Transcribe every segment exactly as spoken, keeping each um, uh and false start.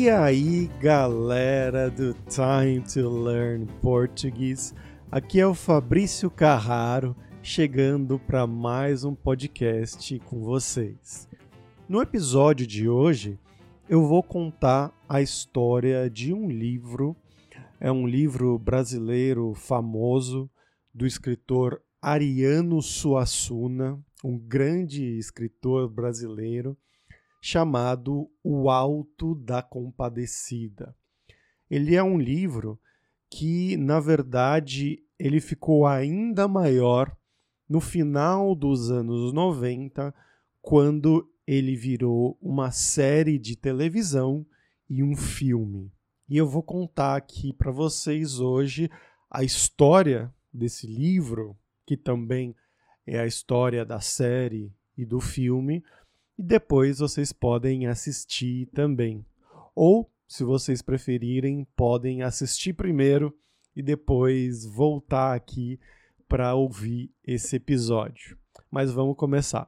E aí, galera do Time to Learn Português, aqui é o Fabrício Carraro, chegando para mais um podcast com vocês. No episódio de hoje, eu vou contar a história de um livro, é um livro brasileiro famoso, do escritor Ariano Suassuna, um grande escritor brasileiro, chamado O Alto da Compadecida. Ele é um livro que, na verdade, ele ficou ainda maior no final dos anos noventa, quando ele virou uma série de televisão e um filme. E eu vou contar aqui para vocês hoje a história desse livro, que também é a história da série e do filme, e depois vocês podem assistir também. Ou, se vocês preferirem, podem assistir primeiro e depois voltar aqui para ouvir esse episódio. Mas vamos começar.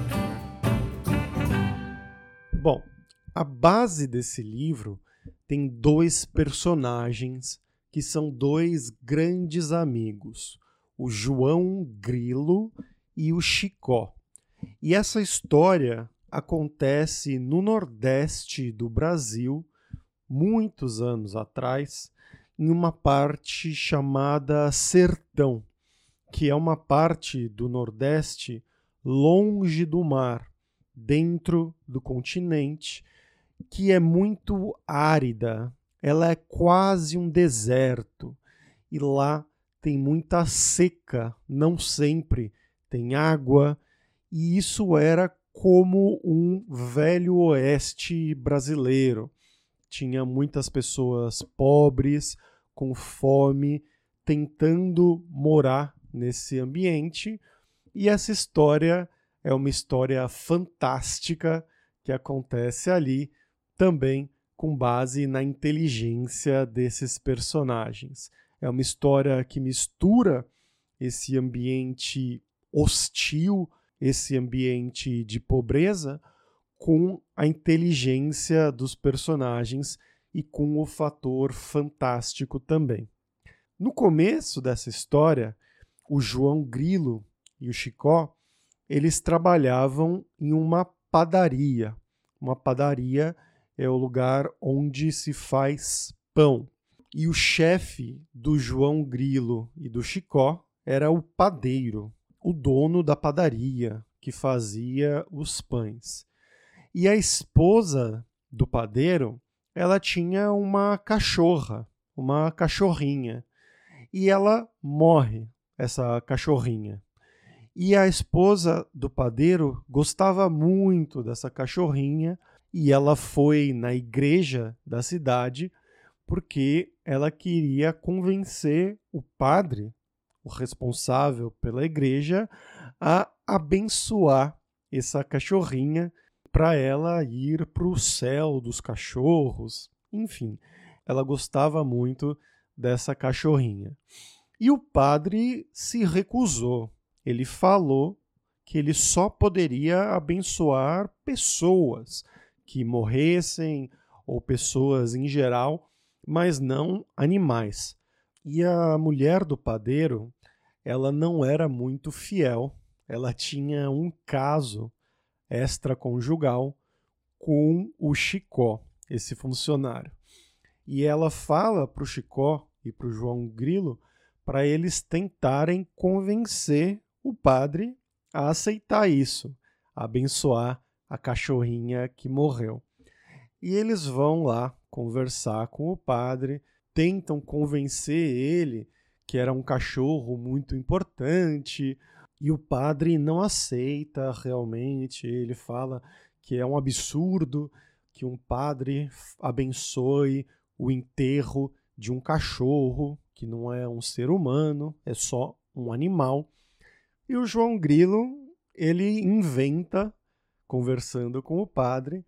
Bom, a base desse livro tem dois personagens que são dois grandes amigos, o João Grilo e o Chicó. E essa história acontece no Nordeste do Brasil, muitos anos atrás, em uma parte chamada Sertão, que é uma parte do Nordeste longe do mar, dentro do continente, que é muito árida. Ela é quase um deserto e lá tem muita seca, não sempre tem água. E isso era como um velho oeste brasileiro. Tinha muitas pessoas pobres, com fome, tentando morar nesse ambiente. E essa história é uma história fantástica que acontece ali, também com base na inteligência desses personagens. É uma história que mistura esse ambiente hostil, esse ambiente de pobreza, com a inteligência dos personagens e com o fator fantástico também. No começo dessa história, o João Grilo e o Chicó, eles trabalhavam em uma padaria. Uma padaria é o lugar onde se faz pão. E o chefe do João Grilo e do Chicó era o padeiro, o dono da padaria que fazia os pães. E a esposa do padeiro, ela tinha uma cachorra, uma cachorrinha. E ela morre, essa cachorrinha. E a esposa do padeiro gostava muito dessa cachorrinha e ela foi na igreja da cidade porque ela queria convencer o padre, o responsável pela igreja, a abençoar essa cachorrinha para ela ir para o céu dos cachorros. Enfim, ela gostava muito dessa cachorrinha. E o padre se recusou. Ele falou que ele só poderia abençoar pessoas que morressem ou pessoas em geral, mas não animais. E a mulher do padeiro, ela não era muito fiel. Ela tinha um caso extraconjugal com o Chicó, esse funcionário. E ela fala para o Chicó e para o João Grilo para eles tentarem convencer o padre a aceitar isso, a abençoar a cachorrinha que morreu. E eles vão lá conversar com o padre, tentam convencer ele que era um cachorro muito importante, e o padre não aceita realmente. Ele fala que é um absurdo que um padre abençoe o enterro de um cachorro, que não é um ser humano, é só um animal. E o João Grilo, ele inventa, conversando com o padre,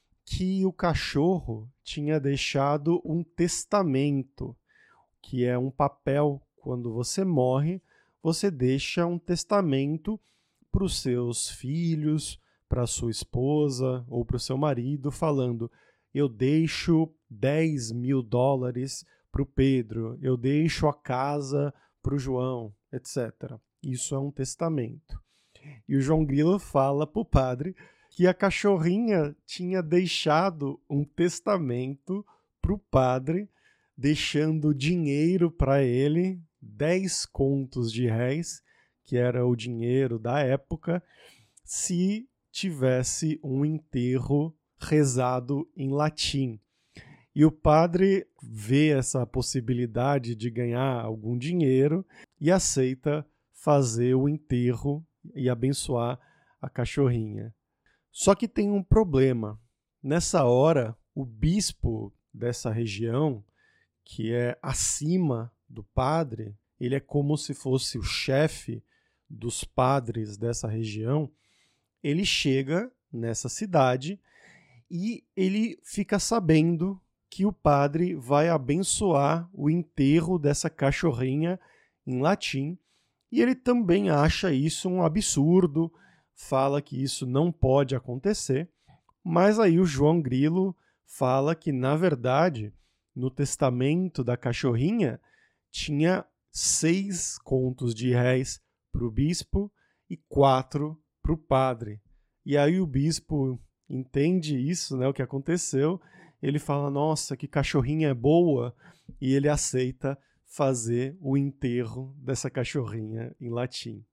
que o cachorro tinha deixado um testamento, que é um papel. Quando você morre, você deixa um testamento para os seus filhos, para a sua esposa ou para o seu marido, falando: eu deixo dez mil dólares para o Pedro, eu deixo a casa para o João, etcétera. Isso é um testamento. E o João Grilo fala para o padre que a cachorrinha tinha deixado um testamento para o padre, deixando dinheiro para ele, dez contos de réis, que era o dinheiro da época, se tivesse um enterro rezado em latim. E o padre vê essa possibilidade de ganhar algum dinheiro e aceita fazer o enterro e abençoar a cachorrinha. Só que tem um problema. Nessa hora, o bispo dessa região, que é acima do padre, ele é como se fosse o chefe dos padres dessa região, ele chega nessa cidade e ele fica sabendo que o padre vai abençoar o enterro dessa cachorrinha em latim, e ele também acha isso um absurdo, fala que isso não pode acontecer, mas aí o João Grilo fala que, na verdade, no testamento da cachorrinha tinha seis contos de réis para o bispo e quatro para o padre. E aí o bispo entende isso, né, o que aconteceu, ele fala, nossa, que cachorrinha boa, e ele aceita fazer o enterro dessa cachorrinha em latim.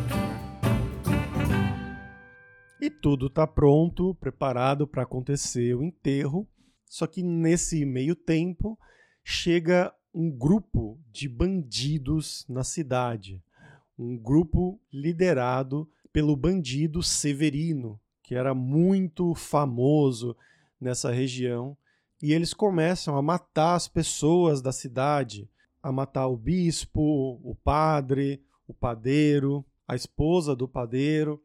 E tudo está pronto, preparado para acontecer o enterro, só que nesse meio tempo chega um grupo de bandidos na cidade, um grupo liderado pelo bandido Severino, que era muito famoso nessa região, e eles começam a matar as pessoas da cidade, a matar o bispo, o padre, o padeiro, a esposa do padeiro.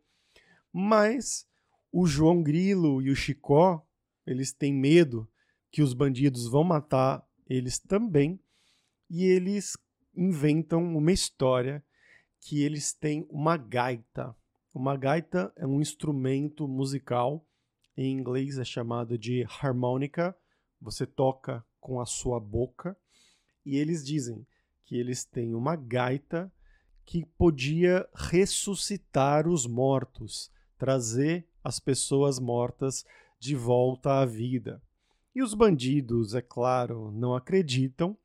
Mas o João Grilo e o Chicó, eles têm medo que os bandidos vão matar eles também, e eles inventam uma história que eles têm uma gaita. Uma gaita é um instrumento musical, em inglês é chamado de harmônica, você toca com a sua boca, e eles dizem que eles têm uma gaita que podia ressuscitar os mortos, trazer as pessoas mortas de volta à vida. E os bandidos, é claro, não acreditam,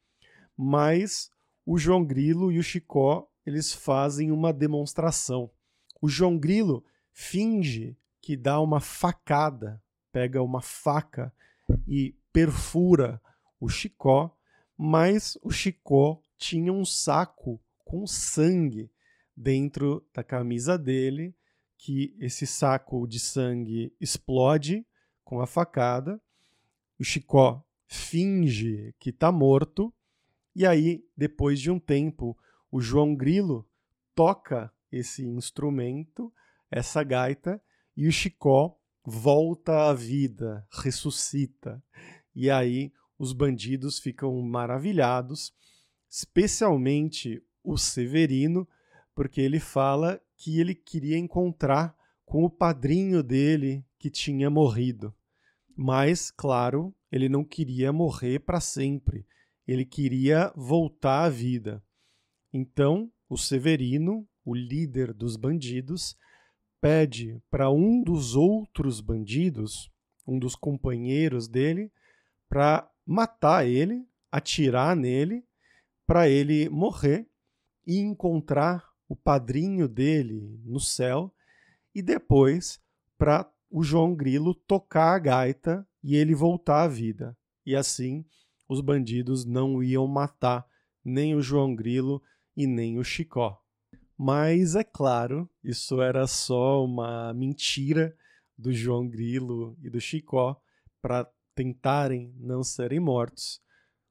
mas o João Grilo e o Chicó, eles fazem uma demonstração. O João Grilo finge que dá uma facada, pega uma faca e perfura o Chicó, mas o Chicó tinha um saco com sangue dentro da camisa dele, que esse saco de sangue explode com a facada, o Chicó finge que está morto, e aí, depois de um tempo, o João Grilo toca esse instrumento, essa gaita, e o Chicó volta à vida, ressuscita. E aí os bandidos ficam maravilhados, especialmente o Severino, porque ele fala que ele queria encontrar com o padrinho dele que tinha morrido. Mas, claro, ele não queria morrer para sempre. Ele queria voltar à vida. Então, o Severino, o líder dos bandidos, pede para um dos outros bandidos, um dos companheiros dele, para matar ele, atirar nele, para ele morrer e encontrar o padrinho dele no céu, e depois para o João Grilo tocar a gaita e ele voltar à vida. E assim os bandidos não iam matar nem o João Grilo e nem o Chicó. Mas, é claro, isso era só uma mentira do João Grilo e do Chicó para tentarem não serem mortos.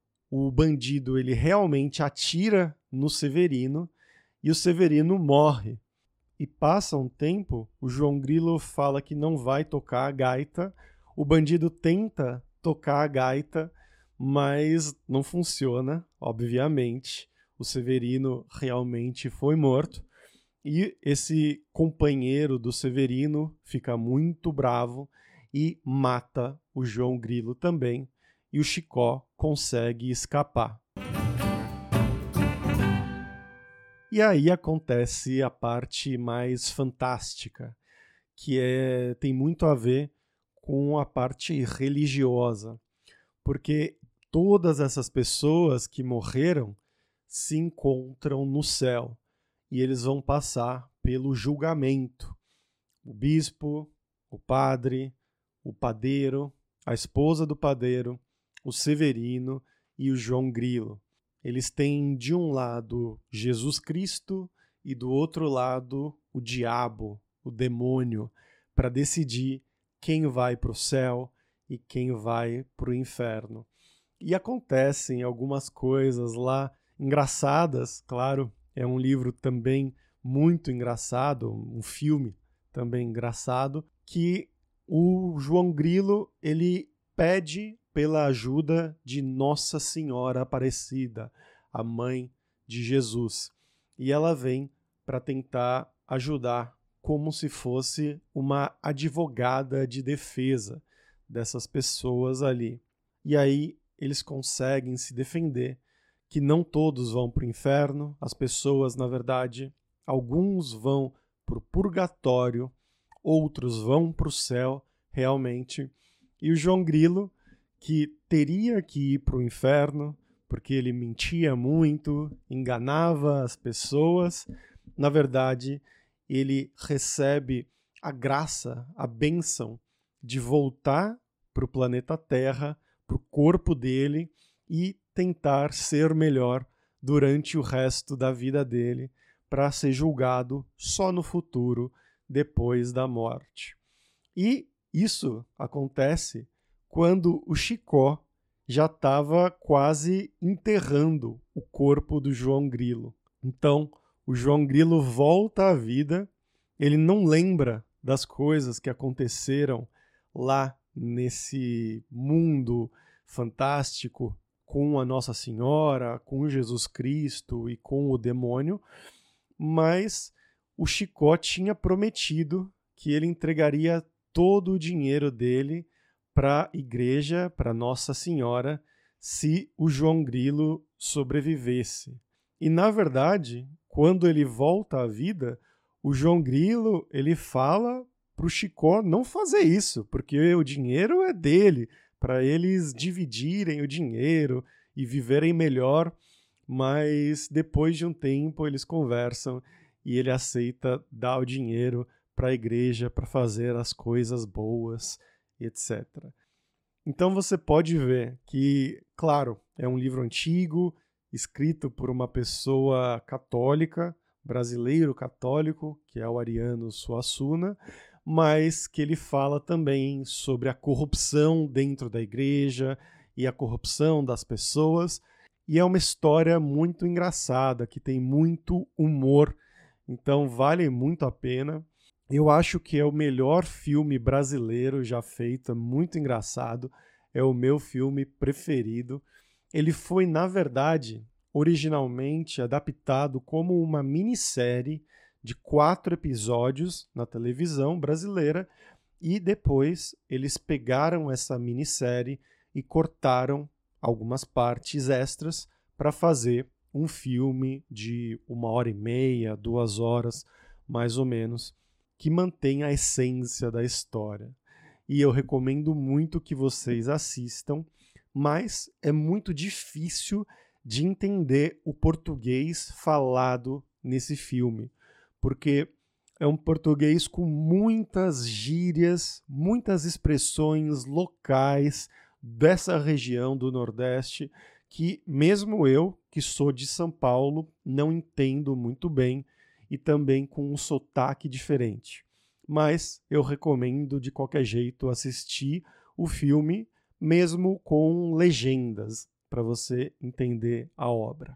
O bandido ele realmente atira no Severino e o Severino morre. E passa um tempo, o João Grilo fala que não vai tocar a gaita, o bandido tenta tocar a gaita, mas não funciona, obviamente. O Severino realmente foi morto. E esse companheiro do Severino fica muito bravo e mata o João Grilo também, e o Chicó consegue escapar. E aí acontece a parte mais fantástica, que é, tem muito a ver com a parte religiosa, porque todas essas pessoas que morreram se encontram no céu e eles vão passar pelo julgamento. O bispo, o padre, o padeiro, a esposa do padeiro, o Severino e o João Grilo. Eles têm de um lado Jesus Cristo e do outro lado o diabo, o demônio, para decidir quem vai para o céu e quem vai para o inferno. E acontecem algumas coisas lá engraçadas, claro, é um livro também muito engraçado, um filme também engraçado, que o João Grilo ele pede pela ajuda de Nossa Senhora Aparecida, a mãe de Jesus. E ela vem para tentar ajudar como se fosse uma advogada de defesa dessas pessoas ali. E aí eles conseguem se defender, que não todos vão para o inferno, as pessoas, na verdade, alguns vão para o purgatório, outros vão para o céu, realmente. E o João Grilo, que teria que ir para o inferno, porque ele mentia muito, enganava as pessoas, na verdade, ele recebe a graça, a bênção de voltar para o planeta Terra, para o corpo dele e tentar ser melhor durante o resto da vida dele, para ser julgado só no futuro, depois da morte. E isso acontece quando o Chicó já estava quase enterrando o corpo do João Grilo. Então, o João Grilo volta à vida, ele não lembra das coisas que aconteceram lá nesse mundo fantástico com a Nossa Senhora, com Jesus Cristo e com o demônio, mas o Chicó tinha prometido que ele entregaria todo o dinheiro dele para a igreja, para Nossa Senhora, se o João Grilo sobrevivesse. E, na verdade, quando ele volta à vida, o João Grilo ele fala para o Chicó não fazer isso, porque o dinheiro é dele, para eles dividirem o dinheiro e viverem melhor, mas depois de um tempo eles conversam e ele aceita dar o dinheiro para a igreja, para fazer as coisas boas, etcétera. Então você pode ver que, claro, é um livro antigo, escrito por uma pessoa católica, brasileiro católico, que é o Ariano Suassuna, mas que ele fala também sobre a corrupção dentro da igreja e a corrupção das pessoas, e é uma história muito engraçada, que tem muito humor, então vale muito a pena. Eu acho que é o melhor filme brasileiro já feito, é muito engraçado, é o meu filme preferido. Ele foi, na verdade, originalmente adaptado como uma minissérie de quatro episódios na televisão brasileira e depois eles pegaram essa minissérie e cortaram algumas partes extras para fazer um filme de uma hora e meia, duas horas, mais ou menos, que mantém a essência da história. E eu recomendo muito que vocês assistam, mas é muito difícil de entender o português falado nesse filme, porque é um português com muitas gírias, muitas expressões locais dessa região do Nordeste, que mesmo eu, que sou de São Paulo, não entendo muito bem, e também com um sotaque diferente. Mas eu recomendo de qualquer jeito assistir o filme, mesmo com legendas, para você entender a obra.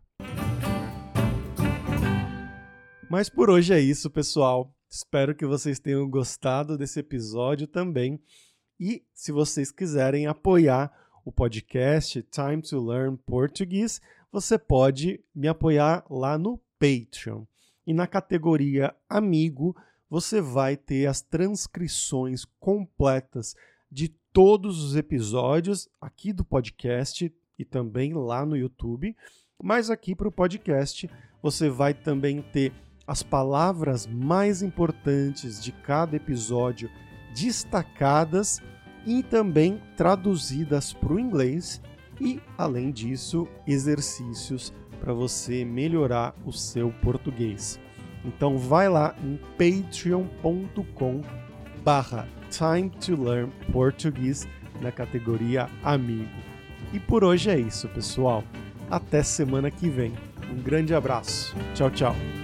Mas por hoje é isso, pessoal. Espero que vocês tenham gostado desse episódio também. E se vocês quiserem apoiar o podcast Time to Learn Portuguese, você pode me apoiar lá no Patreon. E na categoria Amigo, você vai ter as transcrições completas de todos os episódios aqui do podcast e também lá no YouTube. Mas aqui para o podcast você vai também ter as palavras mais importantes de cada episódio destacadas e também traduzidas para o inglês e, além disso, exercícios para você melhorar o seu português. Então vai lá em patreon ponto com barra time to learn português na categoria Amigo. E por hoje é isso, pessoal. Até semana que vem. Um grande abraço. Tchau, tchau.